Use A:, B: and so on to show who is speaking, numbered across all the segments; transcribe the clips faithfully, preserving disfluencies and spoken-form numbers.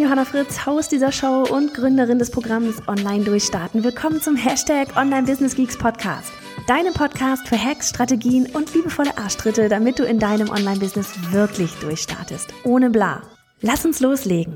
A: Johanna Fritz, Host dieser Show und Gründerin des Programms Online Durchstarten. Willkommen zum Hashtag Online Business Geeks Podcast. Deinem Podcast für Hacks, Strategien und liebevolle Arschtritte, damit du in deinem Online-Business wirklich durchstartest. Ohne bla. Lass uns loslegen.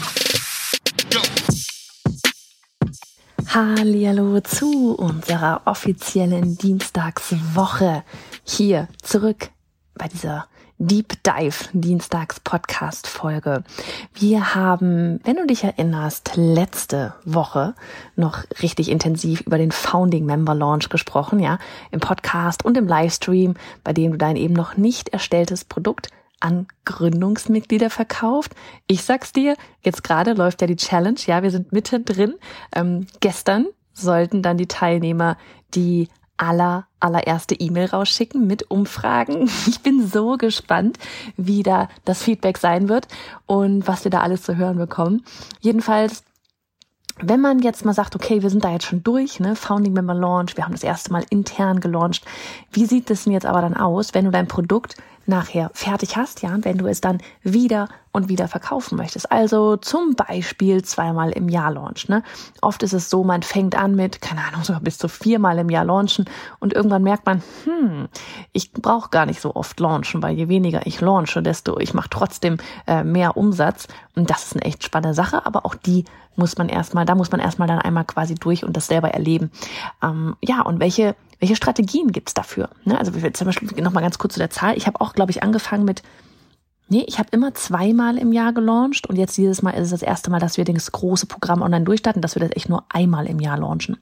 A: Hallihallo zu unserer offiziellen Dienstagswoche. Hier zurück bei dieser Deep Dive Dienstags Podcast Folge. Wir haben, wenn du dich erinnerst, letzte Woche noch richtig intensiv über den Founding Member Launch gesprochen, ja, im Podcast und im Livestream, bei dem du dein eben noch nicht erstelltes Produkt an Gründungsmitglieder verkauft. Ich sag's dir, jetzt gerade läuft ja die Challenge, ja, wir sind mittendrin. Ähm, gestern sollten dann die Teilnehmer die aller, allererste E-Mail rausschicken mit Umfragen. Ich bin so gespannt, wie da das Feedback sein wird und was wir da alles zu hören bekommen. Jedenfalls, wenn man jetzt mal sagt, okay, wir sind da jetzt schon durch, ne, Founding Member Launch, wir haben das erste Mal intern gelauncht. Wie sieht es denn jetzt aber dann aus, wenn du dein Produkt nachher fertig hast, ja, wenn du es dann wieder und wieder verkaufen möchtest? Also zum Beispiel zweimal im Jahr launchen, ne? Oft ist es so, man fängt an mit, keine Ahnung, sogar bis zu viermal im Jahr launchen und irgendwann merkt man, hm, ich brauche gar nicht so oft launchen, weil je weniger ich launche, desto ich mache trotzdem äh, mehr Umsatz und das ist eine echt spannende Sache, aber auch die muss man erstmal, da muss man erstmal dann einmal quasi durch und das selber erleben. Ähm, ja, und welche Welche Strategien gibt's dafür? Ne? Also zum Beispiel nochmal ganz kurz zu der Zahl. Ich habe auch, glaube ich, angefangen mit, nee, ich habe immer zweimal im Jahr gelauncht und jetzt dieses Mal ist es das erste Mal, dass wir das große Programm online durchstarten, dass wir das echt nur einmal im Jahr launchen.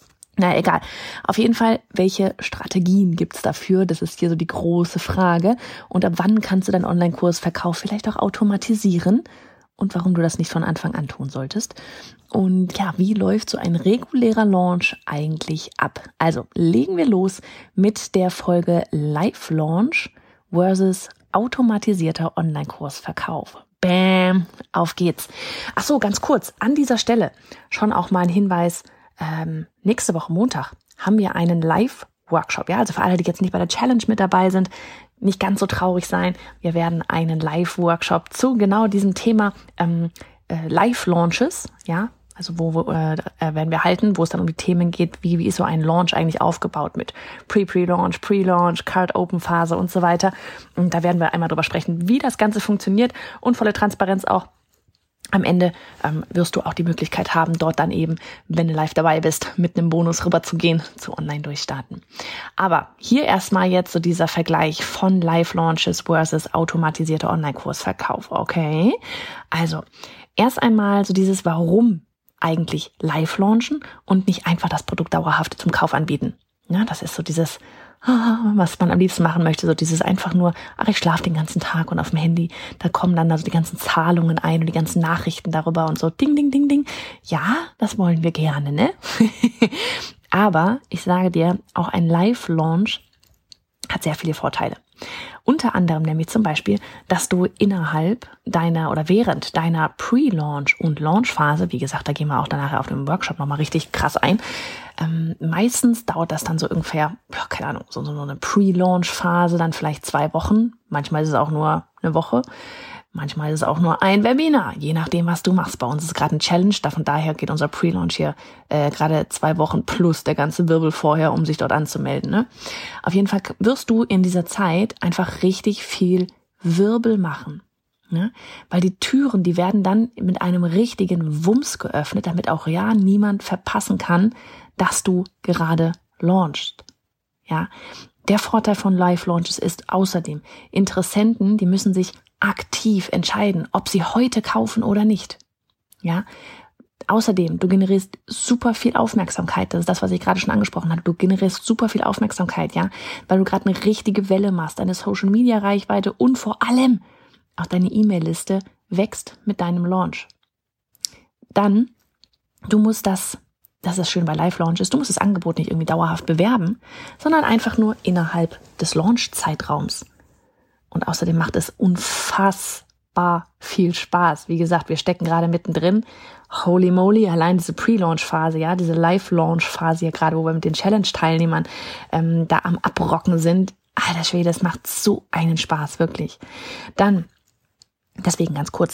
A: Na egal. Auf jeden Fall, welche Strategien gibt's dafür? Das ist hier so die große Frage. Und ab wann kannst du deinen Online-Kursverkauf vielleicht auch automatisieren? Und warum du das nicht von Anfang an tun solltest. Und ja, wie läuft so ein regulärer Launch eigentlich ab? Also legen wir los mit der Folge Live-Launch versus automatisierter Online-Kursverkauf. Bam, auf geht's. Ach so, ganz kurz, an dieser Stelle schon auch mal ein Hinweis. Ähm, nächste Woche Montag haben wir einen Live-Workshop. Ja, also für alle, die jetzt nicht bei der Challenge mit dabei sind, nicht ganz so traurig sein. Wir werden einen Live-Workshop zu genau diesem Thema ähm, äh, Live-Launches, ja, also wo, wo äh, werden wir halten, wo es dann um die Themen geht, wie, wie ist so ein Launch eigentlich aufgebaut mit Pre-Pre-Launch, Pre-Launch, Card-Open-Phase und so weiter. Und da werden wir einmal drüber sprechen, wie das Ganze funktioniert und volle Transparenz auch. Am Ende ähm, wirst du auch die Möglichkeit haben, dort dann eben, wenn du live dabei bist, mit einem Bonus rüber zu gehen, zu Online-Durchstarten. Aber hier erstmal jetzt so dieser Vergleich von Live-Launches versus automatisierter Online-Kursverkauf. Okay, also erst einmal so dieses Warum eigentlich Live-Launchen und nicht einfach das Produkt dauerhaft zum Kauf anbieten. Ja, das ist so dieses, was man am liebsten machen möchte, so dieses einfach nur, ach, ich schlafe den ganzen Tag und auf dem Handy, da kommen dann also die ganzen Zahlungen ein und die ganzen Nachrichten darüber und so, ding, ding, ding, ding. Ja, das wollen wir gerne, ne? Aber ich sage dir, auch ein Live-Launch hat sehr viele Vorteile. Unter anderem nämlich zum Beispiel, dass du innerhalb deiner oder während deiner Pre-Launch- und Launch-Phase, wie gesagt, da gehen wir auch danach auf dem Workshop nochmal richtig krass ein, ähm, meistens dauert das dann so ungefähr, ja, keine Ahnung, so, so eine Pre-Launch-Phase, dann vielleicht zwei Wochen, manchmal ist es auch nur eine Woche, manchmal ist es auch nur ein Webinar, je nachdem, was du machst. Bei uns ist es gerade ein Challenge, davon daher geht unser Pre-Launch hier äh, gerade zwei Wochen plus der ganze Wirbel vorher, um sich dort anzumelden. Ne? Auf jeden Fall wirst du in dieser Zeit einfach richtig viel Wirbel machen. Ne? Weil die Türen, die werden dann mit einem richtigen Wumms geöffnet, damit auch ja niemand verpassen kann, dass du gerade launchst. Ja, der Vorteil von Live-Launches ist außerdem, Interessenten, die müssen sich aktiv entscheiden, ob sie heute kaufen oder nicht. Ja, außerdem, du generierst super viel Aufmerksamkeit. Das ist das, was ich gerade schon angesprochen habe. Du generierst super viel Aufmerksamkeit, ja, weil du gerade eine richtige Welle machst, deine Social-Media-Reichweite und vor allem auch deine E-Mail-Liste wächst mit deinem Launch. Dann, du musst das, das ist schön bei Live-Launches, du musst das Angebot nicht irgendwie dauerhaft bewerben, sondern einfach nur innerhalb des Launch-Zeitraums. Und außerdem macht es unfassbar viel Spaß. Wie gesagt, wir stecken gerade mittendrin. Holy moly, allein diese Pre-Launch-Phase, ja, diese Live-Launch-Phase hier gerade, wo wir mit den Challenge-Teilnehmern ähm, da am Abrocken sind. Alter Schwede, das macht so einen Spaß, wirklich. Dann, deswegen ganz kurz, ne?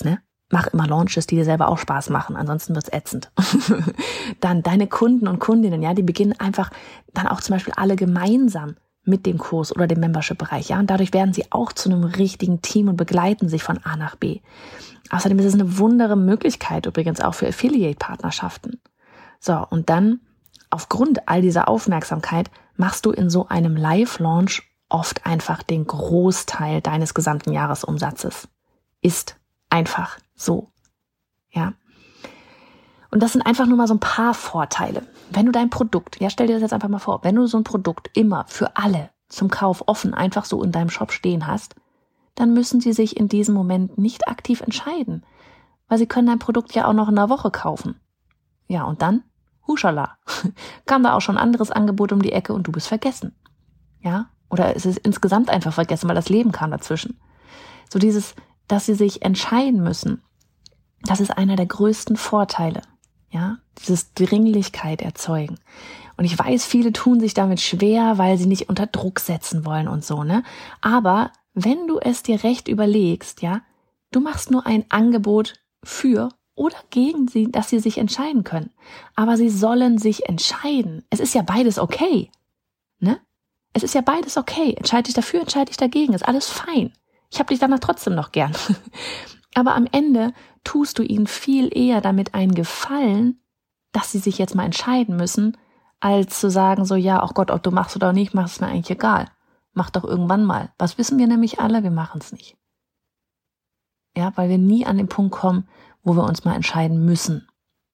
A: Mach immer Launches, die dir selber auch Spaß machen, ansonsten wird's ätzend. Dann deine Kunden und Kundinnen, ja, die beginnen einfach dann auch zum Beispiel alle gemeinsam mit dem Kurs oder dem Membership-Bereich, ja, und dadurch werden sie auch zu einem richtigen Team und begleiten sich von A nach B. Außerdem ist es eine wunderbare Möglichkeit übrigens auch für Affiliate-Partnerschaften. So, und dann aufgrund all dieser Aufmerksamkeit machst du in so einem Live-Launch oft einfach den Großteil deines gesamten Jahresumsatzes. Ist einfach so, ja. Und das sind einfach nur mal so ein paar Vorteile. Wenn du dein Produkt, ja, stell dir das jetzt einfach mal vor, wenn du so ein Produkt immer für alle zum Kauf offen einfach so in deinem Shop stehen hast, dann müssen sie sich in diesem Moment nicht aktiv entscheiden, weil sie können dein Produkt ja auch noch in einer Woche kaufen. Ja, und dann, huschala, kam da auch schon ein anderes Angebot um die Ecke und du bist vergessen. Ja, oder es ist insgesamt einfach vergessen, weil das Leben kam dazwischen. So dieses, dass sie sich entscheiden müssen, das ist einer der größten Vorteile. Ja, dieses Dringlichkeit erzeugen. Und ich weiß, viele tun sich damit schwer, weil sie nicht unter Druck setzen wollen und so, ne? Aber wenn du es dir recht überlegst, ja, du machst nur ein Angebot für oder gegen sie, dass sie sich entscheiden können. Aber sie sollen sich entscheiden. Es ist ja beides okay, ne? Es ist ja beides okay. Entscheide dich dafür, entscheide dich dagegen. Ist alles fein. Ich habe dich danach trotzdem noch gern. Aber am Ende tust du ihnen viel eher damit einen Gefallen, dass sie sich jetzt mal entscheiden müssen, als zu sagen so, ja, ach Gott, ob du machst oder nicht, machst, ist mir eigentlich egal. Mach doch irgendwann mal. Was wissen wir nämlich alle? Wir machen es nicht. Ja, weil wir nie an den Punkt kommen, wo wir uns mal entscheiden müssen.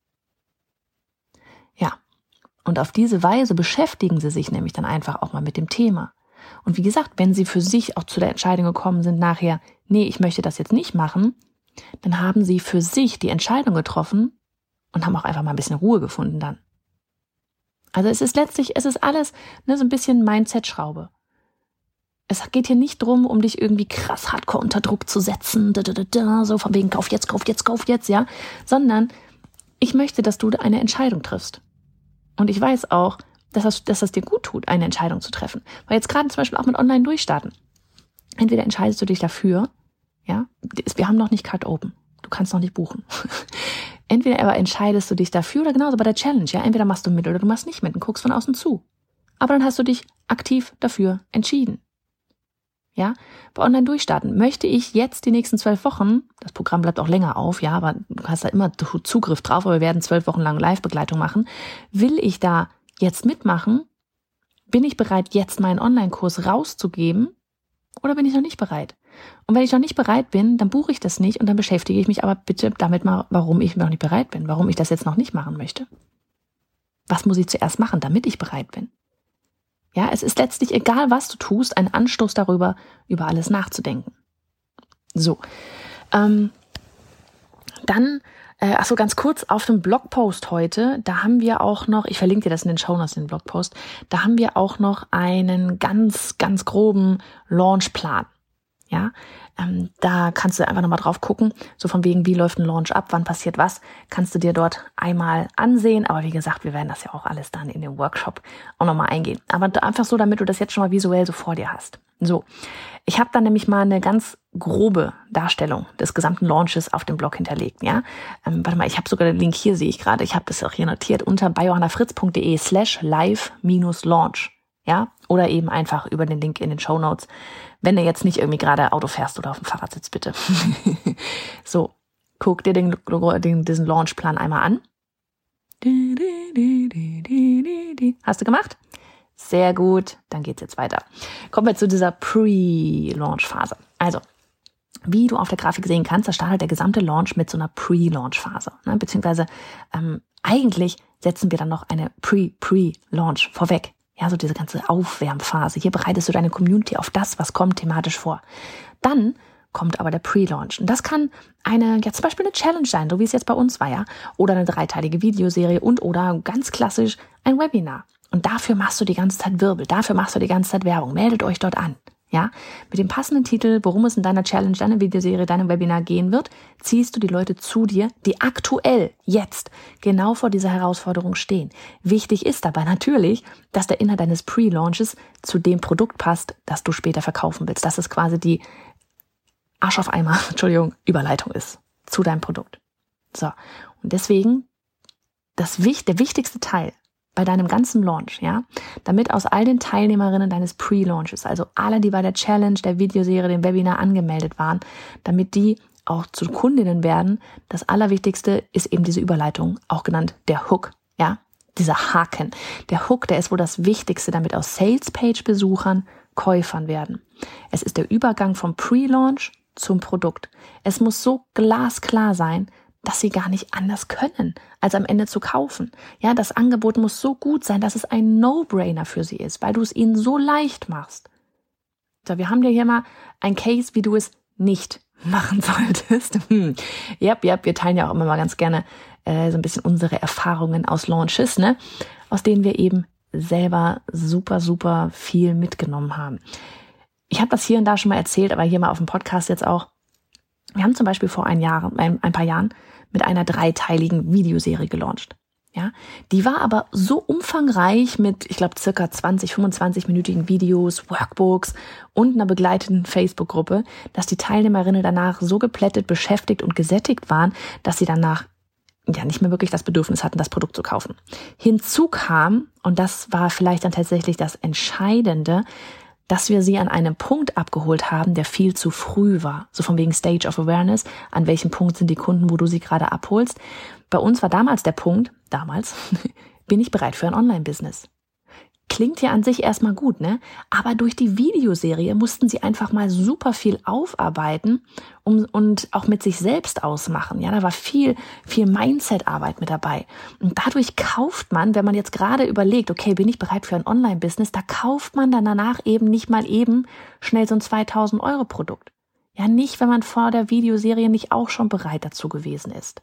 A: Ja, und auf diese Weise beschäftigen sie sich nämlich dann einfach auch mal mit dem Thema. Und wie gesagt, wenn sie für sich auch zu der Entscheidung gekommen sind nachher, nee, ich möchte das jetzt nicht machen, dann haben sie für sich die Entscheidung getroffen und haben auch einfach mal ein bisschen Ruhe gefunden dann. Also es ist letztlich, es ist alles ne, so ein bisschen Mindset-Schraube. Es geht hier nicht drum, um dich irgendwie krass hardcore unter Druck zu setzen, da, da, da, da, so von wegen kauf jetzt, kauf jetzt, kauf jetzt, ja, sondern ich möchte, dass du eine Entscheidung triffst. Und ich weiß auch, dass das, dass das dir gut tut, eine Entscheidung zu treffen. Weil jetzt gerade zum Beispiel auch mit Online-Durchstarten. Entweder entscheidest du dich dafür, ja, wir haben noch nicht Cut Open, du kannst noch nicht buchen. Entweder aber entscheidest du dich dafür oder genauso bei der Challenge, ja, entweder machst du mit oder du machst nicht mit und guckst von außen zu. Aber dann hast du dich aktiv dafür entschieden. Ja, bei Online-Durchstarten möchte ich jetzt die nächsten zwölf Wochen, das Programm bleibt auch länger auf, ja, aber du hast da immer Zugriff drauf, aber wir werden zwölf Wochen lang Live-Begleitung machen. Will ich da jetzt mitmachen? Bin ich bereit, jetzt meinen Online-Kurs rauszugeben? Oder bin ich noch nicht bereit? Und wenn ich noch nicht bereit bin, dann buche ich das nicht und dann beschäftige ich mich aber bitte damit mal, warum ich noch nicht bereit bin, warum ich das jetzt noch nicht machen möchte. Was muss ich zuerst machen, damit ich bereit bin? Ja, es ist letztlich egal, was du tust, ein Anstoß darüber, über alles nachzudenken. So, ähm, dann, äh, ach so, ganz kurz auf dem Blogpost heute, da haben wir auch noch, ich verlinke dir das in den Shownotes, den Blogpost, da haben wir auch noch einen ganz, ganz groben Launchplan. Ja, ähm, da kannst du einfach nochmal drauf gucken, so von wegen, wie läuft ein Launch ab, wann passiert was, kannst du dir dort einmal ansehen. Aber wie gesagt, wir werden das ja auch alles dann in dem Workshop auch nochmal eingehen. Aber einfach so, damit du das jetzt schon mal visuell so vor dir hast. So, ich habe dann nämlich mal eine ganz grobe Darstellung des gesamten Launches auf dem Blog hinterlegt. Ja, ähm, warte mal, ich habe sogar den Link hier, sehe ich gerade. Ich habe das auch hier notiert unter bei johannafritz.de slash live minus launch. Ja, oder eben einfach über den Link in den Shownotes, wenn du jetzt nicht irgendwie gerade Auto fährst oder auf dem Fahrrad sitzt, bitte. So, guck dir den, den, diesen Launchplan einmal an. Hast du gemacht? Sehr gut, dann geht's jetzt weiter. Kommen wir zu dieser Pre-Launch-Phase. Also, wie du auf der Grafik sehen kannst, da startet der gesamte Launch mit so einer Pre-Launch-Phase. Ne? Beziehungsweise ähm, eigentlich setzen wir dann noch eine Pre-Pre-Launch vorweg. Ja, so diese ganze Aufwärmphase. Hier bereitest du deine Community auf das, was kommt, thematisch vor. Dann kommt aber der Pre-Launch. Und das kann eine, ja zum Beispiel eine Challenge sein, so wie es jetzt bei uns war, ja. Oder eine dreiteilige Videoserie und oder ganz klassisch ein Webinar. Und dafür machst du die ganze Zeit Wirbel. Dafür machst du die ganze Zeit Werbung. Meldet euch dort an. Ja, mit dem passenden Titel, worum es in deiner Challenge, deiner Videoserie, deinem Webinar gehen wird, ziehst du die Leute zu dir, die aktuell, jetzt, genau vor dieser Herausforderung stehen. Wichtig ist dabei natürlich, dass der Inhalt deines Pre-Launches zu dem Produkt passt, das du später verkaufen willst. Dass es quasi die Arsch auf Eimer, Entschuldigung, Überleitung ist. zu deinem Produkt. So, und deswegen das, der wichtigste Teil bei deinem ganzen Launch, ja, damit aus all den Teilnehmerinnen deines Pre-Launches, also alle, die bei der Challenge, der Videoserie, dem Webinar angemeldet waren, damit die auch zu Kundinnen werden, das Allerwichtigste ist eben diese Überleitung, auch genannt der Hook, ja, dieser Haken. Der Hook, der ist wohl das Wichtigste, damit aus Sales-Page-Besuchern Käufern werden. Es ist der Übergang vom Pre-Launch zum Produkt. Es muss so glasklar sein, dass sie gar nicht anders können, als am Ende zu kaufen. Ja, das Angebot muss so gut sein, dass es ein No-Brainer für sie ist, weil du es ihnen so leicht machst. So, wir haben dir hier mal ein Case, wie du es nicht machen solltest. Hm. Ja, ja, wir teilen ja auch immer mal ganz gerne äh, so ein bisschen unsere Erfahrungen aus Launches, ne, aus denen wir eben selber super, super viel mitgenommen haben. Ich habe das hier und da schon mal erzählt, aber hier mal auf dem Podcast jetzt auch. Wir haben zum Beispiel vor ein Jahr, ein, ein paar Jahren mit einer dreiteiligen Videoserie gelauncht. Ja, die war aber so umfangreich mit, ich glaube, circa zwanzig, fünfundzwanzig-minütigen Videos, Workbooks und einer begleiteten Facebook-Gruppe, dass die Teilnehmerinnen danach so geplättet, beschäftigt und gesättigt waren, dass sie danach ja nicht mehr wirklich das Bedürfnis hatten, das Produkt zu kaufen. Hinzu kam, und das war vielleicht dann tatsächlich das Entscheidende, dass wir sie an einem Punkt abgeholt haben, der viel zu früh war. So von wegen Stage of Awareness, an welchem Punkt sind die Kunden, wo du sie gerade abholst. Bei uns war damals der Punkt, damals, bin ich bereit für ein Online-Business. Klingt ja an sich erstmal gut, ne? Aber durch die Videoserie mussten sie einfach mal super viel aufarbeiten um, und auch mit sich selbst ausmachen. Ja, da war viel, viel Mindset-Arbeit mit dabei. Und dadurch kauft man, wenn man jetzt gerade überlegt, okay, bin ich bereit für ein Online-Business, da kauft man dann danach eben nicht mal eben schnell so ein zweitausend Euro Produkt. Ja, nicht, wenn man vor der Videoserie nicht auch schon bereit dazu gewesen ist.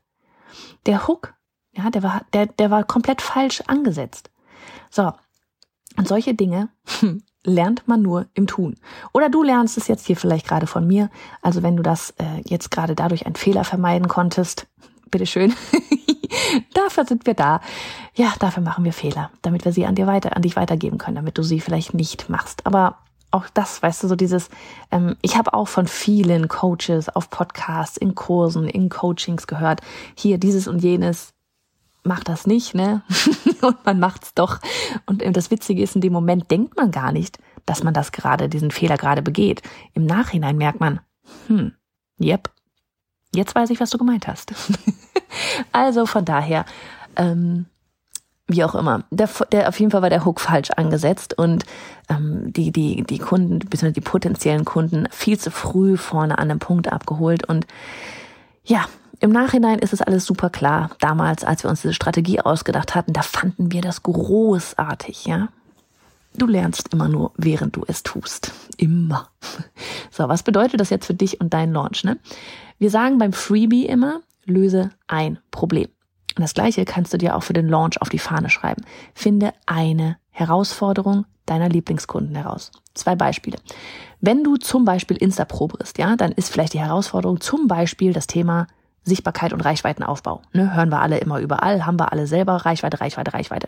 A: Der Hook, ja, der war, der, der war komplett falsch angesetzt. So. Und solche Dinge hm, lernt man nur im Tun. Oder du lernst es jetzt hier vielleicht gerade von mir. Also wenn du das äh, jetzt gerade dadurch einen Fehler vermeiden konntest, bitteschön. Dafür sind wir da. Ja, dafür machen wir Fehler, damit wir sie an dir weiter, an dich weitergeben können, damit du sie vielleicht nicht machst. Aber auch das, weißt du, so dieses, ähm, ich habe auch von vielen Coaches auf Podcasts, in Kursen, in Coachings gehört, hier dieses und jenes, mach das nicht, ne? Und man macht's doch. Und das Witzige ist, in dem Moment denkt man gar nicht, dass man das gerade, diesen Fehler gerade begeht. Im Nachhinein merkt man, hm, yep, jetzt weiß ich, was du gemeint hast. Also von daher, ähm, wie auch immer, der, der, auf jeden Fall war der Hook falsch angesetzt und ähm, die, die, die Kunden, beziehungsweise die potenziellen Kunden viel zu früh vorne an einem Punkt abgeholt. Und ja, im Nachhinein ist es alles super klar. Damals, als wir uns diese Strategie ausgedacht hatten, da fanden wir das großartig, ja. Du lernst immer nur, während du es tust. Immer. So, was bedeutet das jetzt für dich und deinen Launch, ne? Wir sagen beim Freebie immer, löse ein Problem. Und das Gleiche kannst du dir auch für den Launch auf die Fahne schreiben. Finde eine Herausforderung deiner Lieblingskunden heraus. Zwei Beispiele. Wenn du zum Beispiel Instapro bist, ja, dann ist vielleicht die Herausforderung zum Beispiel das Thema Sichtbarkeit und Reichweitenaufbau. Ne, hören wir alle immer überall, haben wir alle selber Reichweite, Reichweite, Reichweite.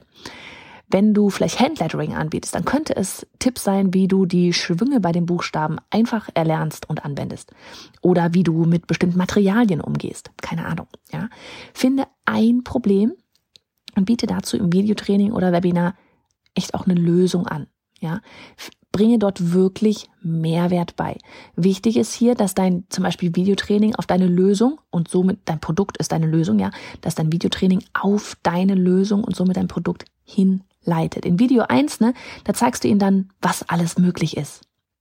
A: Wenn du vielleicht Handlettering anbietest, dann könnte es Tipps sein, wie du die Schwünge bei den Buchstaben einfach erlernst und anwendest. Oder wie du mit bestimmten Materialien umgehst. Keine Ahnung. Ja. Finde ein Problem und biete dazu im Videotraining oder Webinar echt auch eine Lösung an. Ja. Bringe dort wirklich Mehrwert bei. Wichtig ist hier, dass dein zum Beispiel Videotraining auf deine Lösung und somit dein Produkt ist deine Lösung, ja, dass dein Videotraining auf deine Lösung und somit dein Produkt hinleitet. In Video eins, ne, da zeigst du ihnen dann, was alles möglich ist.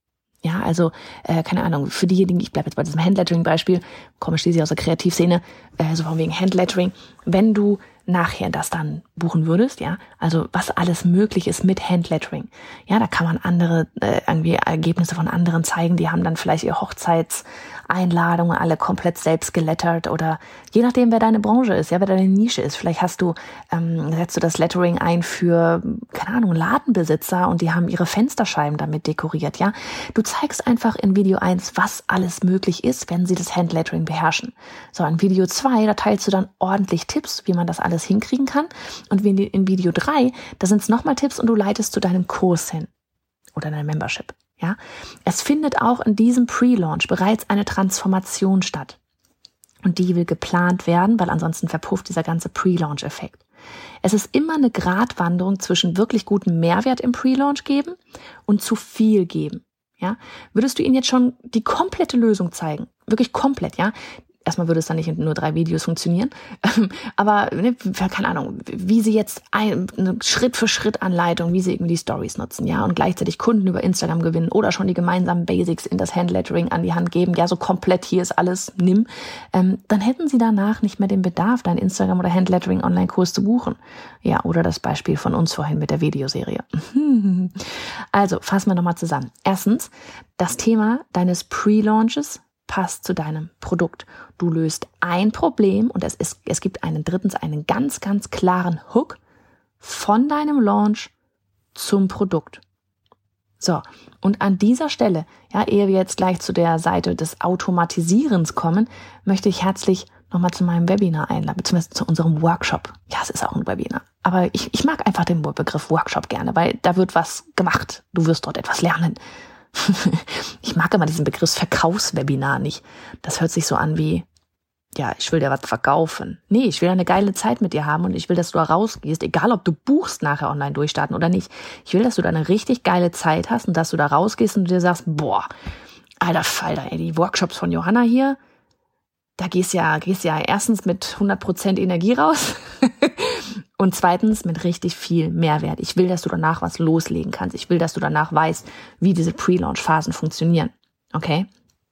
A: Ja, also, äh, keine Ahnung, für diejenigen, ich bleibe jetzt bei diesem Handlettering-Beispiel, komme schließlich aus der Kreativszene, äh, so von wegen Handlettering, wenn du nachher das dann buchen würdest, ja, also was alles möglich ist mit Handlettering. Ja, da kann man andere, äh, irgendwie Ergebnisse von anderen zeigen, die haben dann vielleicht ihre Hochzeitseinladungen alle komplett selbst gelettert oder je nachdem, wer deine Branche ist, ja, wer deine Nische ist. Vielleicht hast du, ähm, setzt du das Lettering ein für, keine Ahnung, Ladenbesitzer und die haben ihre Fensterscheiben damit dekoriert, ja. Du zeigst einfach in Video eins, was alles möglich ist, wenn sie das Handlettering beherrschen. So, in Video zwei, da teilst du dann ordentlich Tipps, wie man das alles hinkriegen kann. Und in Video drei, da sind es nochmal Tipps und du leitest zu deinem Kurs hin oder deiner Membership. Ja, es findet auch in diesem Pre-Launch bereits eine Transformation statt. Und die will geplant werden, weil ansonsten verpufft dieser ganze Pre-Launch-Effekt. Es ist immer eine Gratwanderung zwischen wirklich gutem Mehrwert im Pre-Launch geben und zu viel geben. Ja? Würdest du ihnen jetzt schon die komplette Lösung zeigen, wirklich komplett, ja? Erstmal würde es dann nicht in nur drei Videos funktionieren, aber ne, keine Ahnung, wie sie jetzt ein, eine Schritt-für-Schritt-Anleitung, wie sie irgendwie die Stories nutzen, ja, und gleichzeitig Kunden über Instagram gewinnen oder schon die gemeinsamen Basics in das Handlettering an die Hand geben, ja, so komplett, hier ist alles, nimm, ähm, dann hätten sie danach nicht mehr den Bedarf, deinen Instagram- oder Handlettering-Online-Kurs zu buchen. Ja, oder das Beispiel von uns vorhin mit der Videoserie. Also, fassen wir nochmal zusammen. Erstens, das Thema deines Pre-Launches passt zu deinem Produkt. Du löst ein Problem und es ist, es gibt einen drittens einen ganz, ganz klaren Hook von deinem Launch zum Produkt. So, und an dieser Stelle, ja, ehe wir jetzt gleich zu der Seite des Automatisierens kommen, möchte ich herzlich nochmal zu meinem Webinar einladen, beziehungsweise zu unserem Workshop. Ja, es ist auch ein Webinar. Aber ich, ich mag einfach den Begriff Workshop gerne, weil da wird was gemacht. Du wirst dort etwas lernen. Ich mag immer diesen Begriff Verkaufswebinar nicht. Das hört sich so an wie, ja, ich will dir was verkaufen. Nee, ich will eine geile Zeit mit dir haben und ich will, dass du da rausgehst, egal ob du buchst nachher online durchstarten oder nicht. Ich will, dass du da eine richtig geile Zeit hast und dass du da rausgehst und dir sagst, boah, alter Falter, ey, die Workshops von Johanna hier, da gehst ja, gehst ja erstens mit hundert Prozent Energie raus und zweitens mit richtig viel Mehrwert. Ich will, dass du danach was loslegen kannst. Ich will, dass du danach weißt, wie diese Pre-Launch-Phasen funktionieren. Okay?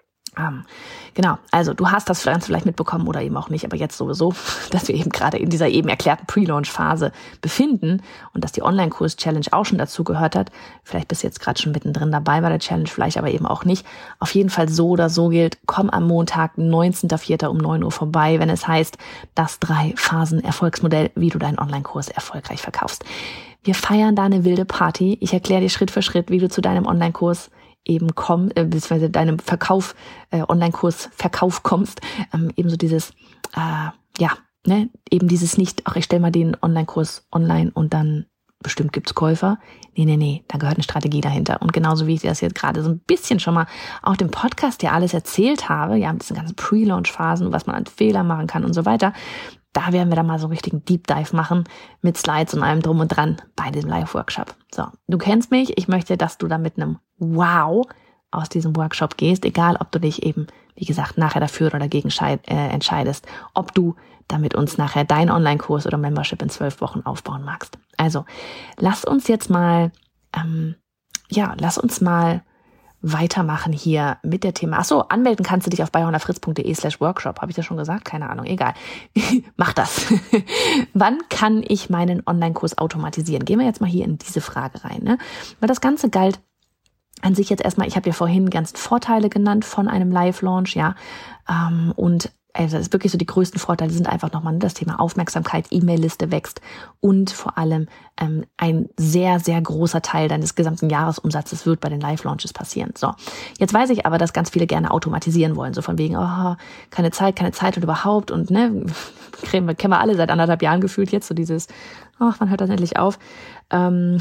A: Um, genau, also du hast das Ganze vielleicht mitbekommen oder eben auch nicht, aber jetzt sowieso, dass wir eben gerade in dieser eben erklärten Pre-Launch-Phase befinden und dass die Online-Kurs-Challenge auch schon dazu gehört hat. Vielleicht bist du jetzt gerade schon mittendrin dabei bei der Challenge, vielleicht aber eben auch nicht. Auf jeden Fall so oder so gilt, komm am Montag, neunzehnter vierter um neun Uhr vorbei, wenn es heißt, das Drei-Phasen-Erfolgsmodell, wie du deinen Online-Kurs erfolgreich verkaufst. Wir feiern da eine wilde Party. Ich erkläre dir Schritt für Schritt, wie du zu deinem Online-Kurs eben komm, äh, beziehungsweise deinem Verkauf, äh, Online-Kurs Verkauf kommst, ähm, ebenso dieses, äh, ja, ne, eben dieses nicht, ach, ich stelle mal den Online-Kurs online und dann bestimmt gibt's Käufer. Nee, nee, nee, da gehört eine Strategie dahinter. Und genauso wie ich dir das jetzt gerade so ein bisschen schon mal auf dem Podcast ja alles erzählt habe, ja, mit diesen ganzen Pre-Launch-Phasen, was man an Fehlern machen kann und so weiter, da werden wir dann mal so einen richtigen Deep Dive machen mit Slides und allem drum und dran bei diesem Live-Workshop. So, du kennst mich. Ich möchte, dass du da mit einem Wow aus diesem Workshop gehst, egal ob du dich eben, wie gesagt, nachher dafür oder dagegen scheid- äh, entscheidest, ob du da mit uns nachher deinen Online-Kurs oder Membership in zwölf Wochen aufbauen magst. Also, lass uns jetzt mal, ähm, ja, lass uns mal weitermachen hier mit der Thema. Achso, anmelden kannst du dich auf beihonerfritz.de slash workshop. Habe ich das schon gesagt? Keine Ahnung, egal. Mach das. Wann kann ich meinen Online-Kurs automatisieren? Gehen wir jetzt mal hier in diese Frage rein, ne? Weil das Ganze galt an sich jetzt erstmal, ich habe ja vorhin die ganzen Vorteile genannt von einem Live-Launch, ja, ähm, und also das ist wirklich so, die größten Vorteile sind einfach nochmal das Thema Aufmerksamkeit, E-Mail-Liste wächst und vor allem ähm, ein sehr, sehr großer Teil deines gesamten Jahresumsatzes wird bei den Live-Launches passieren. So, jetzt weiß ich aber, dass ganz viele gerne automatisieren wollen, so von wegen, oh, keine Zeit, keine Zeit und überhaupt und ne, kennen wir, kennen wir alle seit anderthalb Jahren gefühlt jetzt, so dieses, ach, wann hört das endlich auf? Ähm,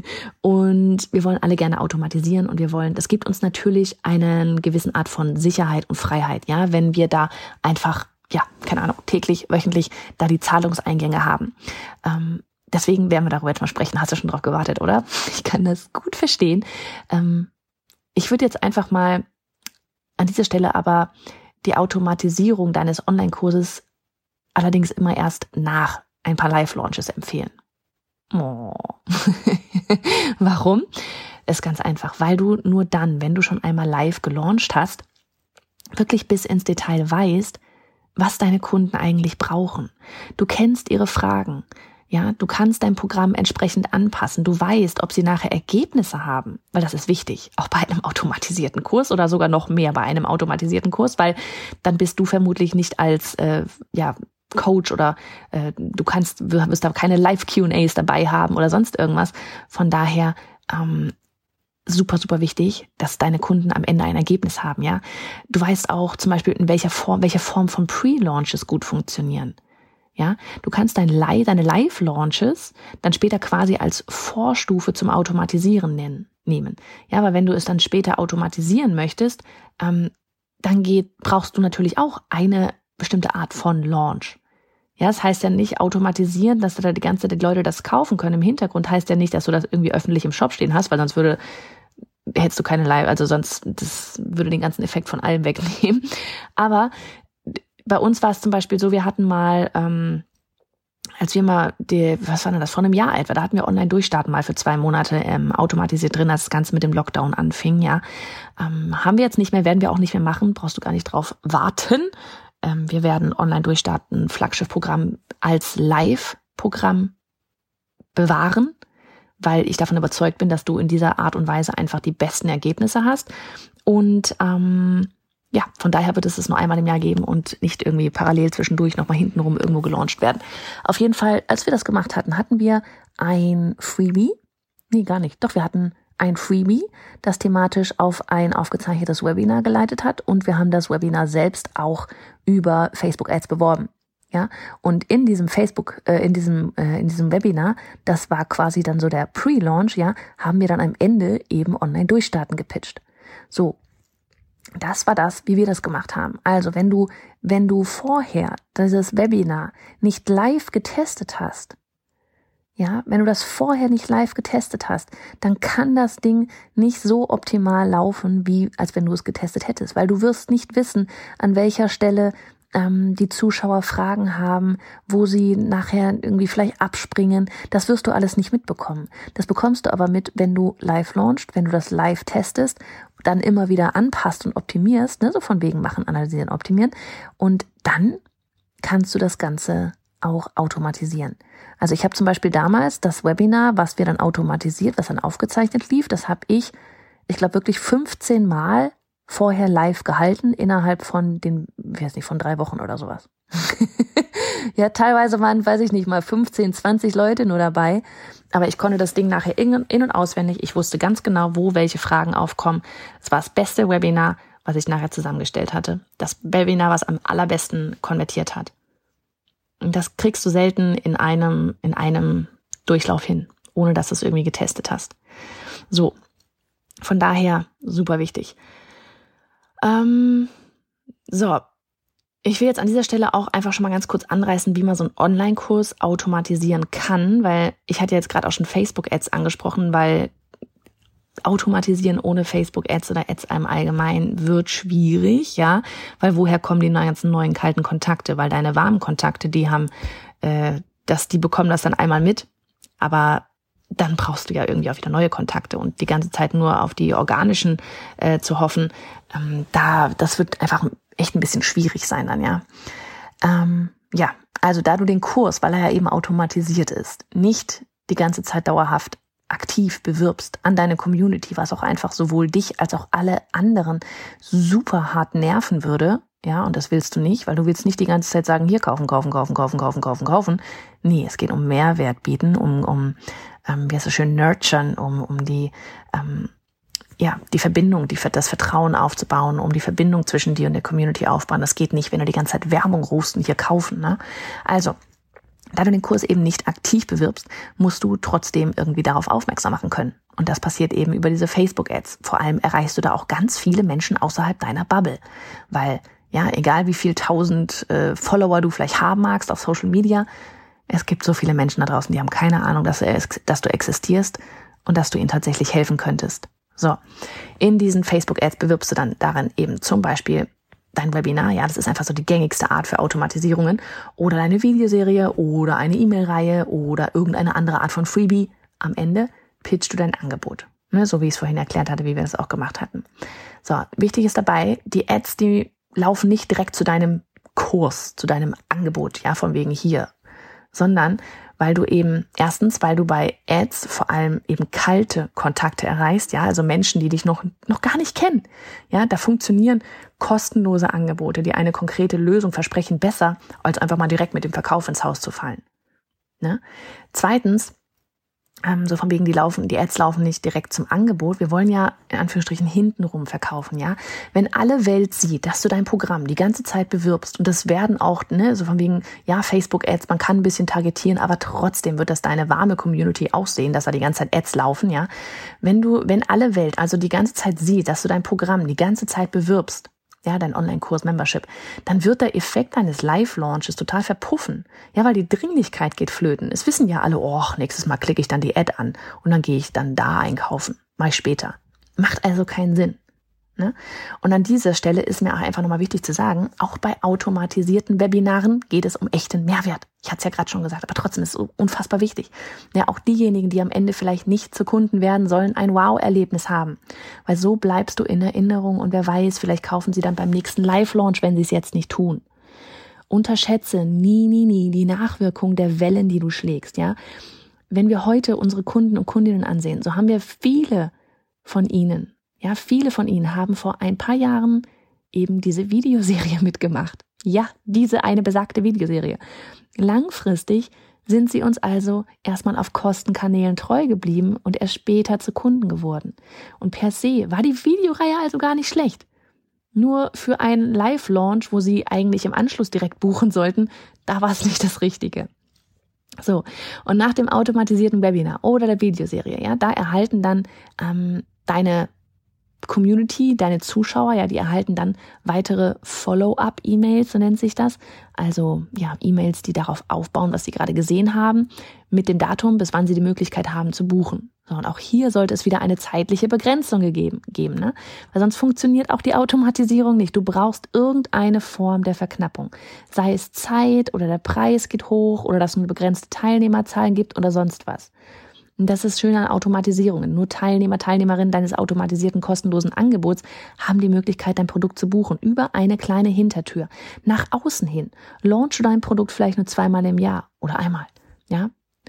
A: und wir wollen alle gerne automatisieren und wir wollen, das gibt uns natürlich eine gewisse Art von Sicherheit und Freiheit, ja, wenn wir da einfach, ja, keine Ahnung, täglich, wöchentlich da die Zahlungseingänge haben. Ähm, deswegen werden wir darüber jetzt mal sprechen. Hast du schon drauf gewartet, oder? Ich kann das gut verstehen. Ähm, ich würde jetzt einfach mal an dieser Stelle aber die Automatisierung deines Online-Kurses allerdings immer erst nach ein paar Live-Launches empfehlen. Oh. Warum? Ist ganz einfach, weil du nur dann, wenn du schon einmal live gelauncht hast, wirklich bis ins Detail weißt, was deine Kunden eigentlich brauchen. Du kennst ihre Fragen. Ja, du kannst dein Programm entsprechend anpassen. Du weißt, ob sie nachher Ergebnisse haben, weil das ist wichtig, auch bei einem automatisierten Kurs oder sogar noch mehr bei einem automatisierten Kurs, weil dann bist du vermutlich nicht als, äh, ja, Coach oder äh, du kannst, wirst da keine Live-Q and A's dabei haben oder sonst irgendwas. Von daher ähm, super, super wichtig, dass deine Kunden am Ende ein Ergebnis haben, ja. Du weißt auch zum Beispiel, in welcher Form, welche Form von Pre-Launches gut funktionieren. Ja, du kannst dein Live, deine Live-Launches dann später quasi als Vorstufe zum Automatisieren nennen, nehmen. Ja, aber wenn du es dann später automatisieren möchtest, ähm, dann geht, brauchst du natürlich auch eine bestimmte Art von Launch. Ja, das heißt ja nicht automatisieren, dass da die ganze Zeit die Leute das kaufen können. Im Hintergrund heißt ja nicht, dass du das irgendwie öffentlich im Shop stehen hast, weil sonst würde, hättest du keine Live, also sonst, das würde den ganzen Effekt von allem wegnehmen. Aber bei uns war es zum Beispiel so, wir hatten mal, ähm, als wir mal, die, was war denn das, vor einem Jahr etwa, da hatten wir Online-Durchstarten mal für zwei Monate ähm, automatisiert drin, als das Ganze mit dem Lockdown anfing, ja. Ähm, haben wir jetzt nicht mehr, werden wir auch nicht mehr machen, brauchst du gar nicht drauf warten. Ähm, wir werden Online-Durchstarten, Flaggschiff-Programm als Live-Programm bewahren, weil ich davon überzeugt bin, dass du in dieser Art und Weise einfach die besten Ergebnisse hast. Und ähm, ja, von daher wird es es nur einmal im Jahr geben und nicht irgendwie parallel zwischendurch nochmal hintenrum irgendwo gelauncht werden. Auf jeden Fall, als wir das gemacht hatten, hatten wir ein Freebie. Nee, gar nicht. Doch, wir hatten ein Freebie, das thematisch auf ein aufgezeichnetes Webinar geleitet hat. Und wir haben das Webinar selbst auch über Facebook Ads beworben. Ja, und in diesem Facebook, äh, in diesem, äh, in diesem Webinar, das war quasi dann so der Pre-Launch, ja, haben wir dann am Ende eben Online-Durchstarten gepitcht. So. Das war das, wie wir das gemacht haben. Also wenn du, wenn du vorher dieses Webinar nicht live getestet hast, ja, wenn du das vorher nicht live getestet hast, dann kann das Ding nicht so optimal laufen, wie als wenn du es getestet hättest, weil du wirst nicht wissen, an welcher Stelle ähm, die Zuschauer Fragen haben, wo sie nachher irgendwie vielleicht abspringen. Das wirst du alles nicht mitbekommen. Das bekommst du aber mit, wenn du live launchst, wenn du das live testest, dann immer wieder anpasst und optimierst, ne, so von wegen machen, analysieren, optimieren. Und dann kannst du das Ganze auch automatisieren. Also ich habe zum Beispiel damals das Webinar, was wir dann automatisiert, was dann aufgezeichnet lief, das habe ich, ich glaube wirklich fünfzehn Mal vorher live gehalten, innerhalb von den, ich weiß nicht, von drei Wochen oder sowas. Ja, teilweise waren, weiß ich nicht, mal fünfzehn, zwanzig Leute nur dabei. Aber ich konnte das Ding nachher in- und auswendig. Ich wusste ganz genau, wo welche Fragen aufkommen. Es war das beste Webinar, was ich nachher zusammengestellt hatte. Das Webinar, was am allerbesten konvertiert hat. Und das kriegst du selten in einem, in einem Durchlauf hin, ohne dass du es irgendwie getestet hast. So, von daher super wichtig. Ähm, so, ich will jetzt an dieser Stelle auch einfach schon mal ganz kurz anreißen, wie man so einen Online-Kurs automatisieren kann, weil ich hatte jetzt gerade auch schon Facebook-Ads angesprochen, weil automatisieren ohne Facebook-Ads oder Ads im Allgemeinen wird schwierig, ja, weil woher kommen die ganzen neuen kalten Kontakte? Weil deine warmen Kontakte, die haben, äh, dass die bekommen das dann einmal mit, aber dann brauchst du ja irgendwie auch wieder neue Kontakte und die ganze Zeit nur auf die organischen äh, zu hoffen, ähm, da, das wird einfach echt ein bisschen schwierig sein dann, ja. Ähm, ja, also da du den Kurs, weil er ja eben automatisiert ist, nicht die ganze Zeit dauerhaft aktiv bewirbst an deine Community, was auch einfach sowohl dich als auch alle anderen super hart nerven würde, ja, und das willst du nicht, weil du willst nicht die ganze Zeit sagen, hier kaufen, kaufen, kaufen, kaufen, kaufen, kaufen, kaufen. Nee, es geht um Mehrwert bieten, um, um ähm, wie heißt es schön, nurturen, um, um die, ähm, ja, die Verbindung, die, das Vertrauen aufzubauen, um die Verbindung zwischen dir und der Community aufbauen. Das geht nicht, wenn du die ganze Zeit Werbung rufst und hier kaufen, ne? Also, da du den Kurs eben nicht aktiv bewirbst, musst du trotzdem irgendwie darauf aufmerksam machen können. Und das passiert eben über diese Facebook-Ads. Vor allem erreichst du da auch ganz viele Menschen außerhalb deiner Bubble. Weil, ja, egal wie viel tausend äh, Follower du vielleicht haben magst auf Social Media, es gibt so viele Menschen da draußen, die haben keine Ahnung, dass du, dass du existierst und dass du ihnen tatsächlich helfen könntest. So, in diesen Facebook-Ads bewirbst du dann darin eben zum Beispiel dein Webinar, ja, das ist einfach so die gängigste Art für Automatisierungen, oder deine Videoserie oder eine E-Mail-Reihe oder irgendeine andere Art von Freebie. Am Ende pitchst du dein Angebot, ne, so wie ich es vorhin erklärt hatte, wie wir das auch gemacht hatten. So, wichtig ist dabei, die Ads, die laufen nicht direkt zu deinem Kurs, zu deinem Angebot, ja, von wegen hier, sondern weil du eben, erstens, weil du bei Ads vor allem eben kalte Kontakte erreichst, ja, also Menschen, die dich noch, noch gar nicht kennen. Ja, da funktionieren kostenlose Angebote, die eine konkrete Lösung versprechen, besser, als einfach mal direkt mit dem Verkauf ins Haus zu fallen. Ne? Zweitens, ähm, so von wegen, die laufen, die Ads laufen nicht direkt zum Angebot. Wir wollen ja in Anführungsstrichen hintenrum verkaufen, ja. Wenn alle Welt sieht, dass du dein Programm die ganze Zeit bewirbst, und das werden auch, ne, so von wegen, ja, Facebook-Ads, man kann ein bisschen targetieren, aber trotzdem wird das deine warme Community auch sehen, dass da die ganze Zeit Ads laufen, ja. Wenn du, wenn alle Welt also die ganze Zeit sieht, dass du dein Programm die ganze Zeit bewirbst, ja, dein Online-Kurs, Membership, dann wird der Effekt eines Live-Launches total verpuffen. Ja, weil die Dringlichkeit geht flöten. Es wissen ja alle, oh, nächstes Mal klicke ich dann die Ad an und dann gehe ich dann da einkaufen. Mach ich später. Macht also keinen Sinn. Ne? Und an dieser Stelle ist mir auch einfach nochmal wichtig zu sagen, auch bei automatisierten Webinaren geht es um echten Mehrwert. Ich hatte es ja gerade schon gesagt, aber trotzdem ist es unfassbar wichtig. Ja, auch diejenigen, die am Ende vielleicht nicht zu Kunden werden, sollen ein Wow-Erlebnis haben. Weil so bleibst du in Erinnerung und wer weiß, vielleicht kaufen sie dann beim nächsten Live-Launch, wenn sie es jetzt nicht tun. Unterschätze nie, nie, nie die Nachwirkung der Wellen, die du schlägst. Ja, wenn wir heute unsere Kunden und Kundinnen ansehen, so haben wir viele von ihnen, Ja, viele von ihnen haben vor ein paar Jahren eben diese Videoserie mitgemacht. Ja, diese eine besagte Videoserie. Langfristig sind sie uns also erstmal auf Kostenkanälen treu geblieben und erst später zu Kunden geworden. Und per se war die Videoreihe also gar nicht schlecht. Nur für einen Live-Launch, wo sie eigentlich im Anschluss direkt buchen sollten, da war es nicht das Richtige. So, und nach dem automatisierten Webinar oder der Videoserie, ja, da erhalten dann ähm, deine Community, deine Zuschauer, ja, die erhalten dann weitere Follow-up-E-Mails, so nennt sich das. Also ja, E-Mails, die darauf aufbauen, was sie gerade gesehen haben, mit dem Datum, bis wann sie die Möglichkeit haben zu buchen. So, und auch hier sollte es wieder eine zeitliche Begrenzung gegeben, geben, ne? Weil sonst funktioniert auch die Automatisierung nicht. Du brauchst irgendeine Form der Verknappung. Sei es Zeit oder der Preis geht hoch oder dass es nur begrenzte Teilnehmerzahlen gibt oder sonst was. Und das ist schön an Automatisierungen. Nur Teilnehmer, Teilnehmerinnen deines automatisierten kostenlosen Angebots haben die Möglichkeit, dein Produkt zu buchen über eine kleine Hintertür. Nach außen hin. Launch dein Produkt vielleicht nur zweimal im Jahr oder einmal. Ja?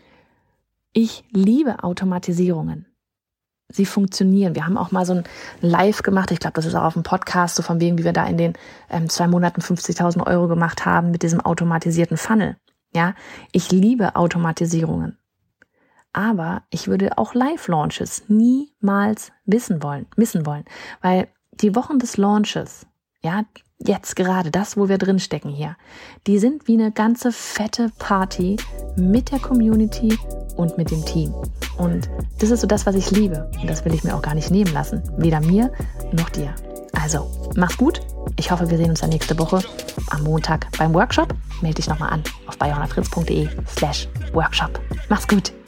A: Ich liebe Automatisierungen. Sie funktionieren. Wir haben auch mal so ein Live gemacht. Ich glaube, das ist auch auf dem Podcast, so von wegen, wie wir da in den ähm, zwei Monaten fünfzigtausend Euro gemacht haben mit diesem automatisierten Funnel. Ja? Ich liebe Automatisierungen. Aber ich würde auch Live-Launches niemals wissen wollen, missen wollen, weil die Wochen des Launches, ja, jetzt gerade das, wo wir drin stecken hier, die sind wie eine ganze fette Party mit der Community und mit dem Team. Und das ist so das, was ich liebe. Und das will ich mir auch gar nicht nehmen lassen. Weder mir noch dir. Also, mach's gut. Ich hoffe, wir sehen uns dann nächste Woche am Montag beim Workshop. Melde dich nochmal an auf bayonafritz.de slash Workshop. Mach's gut.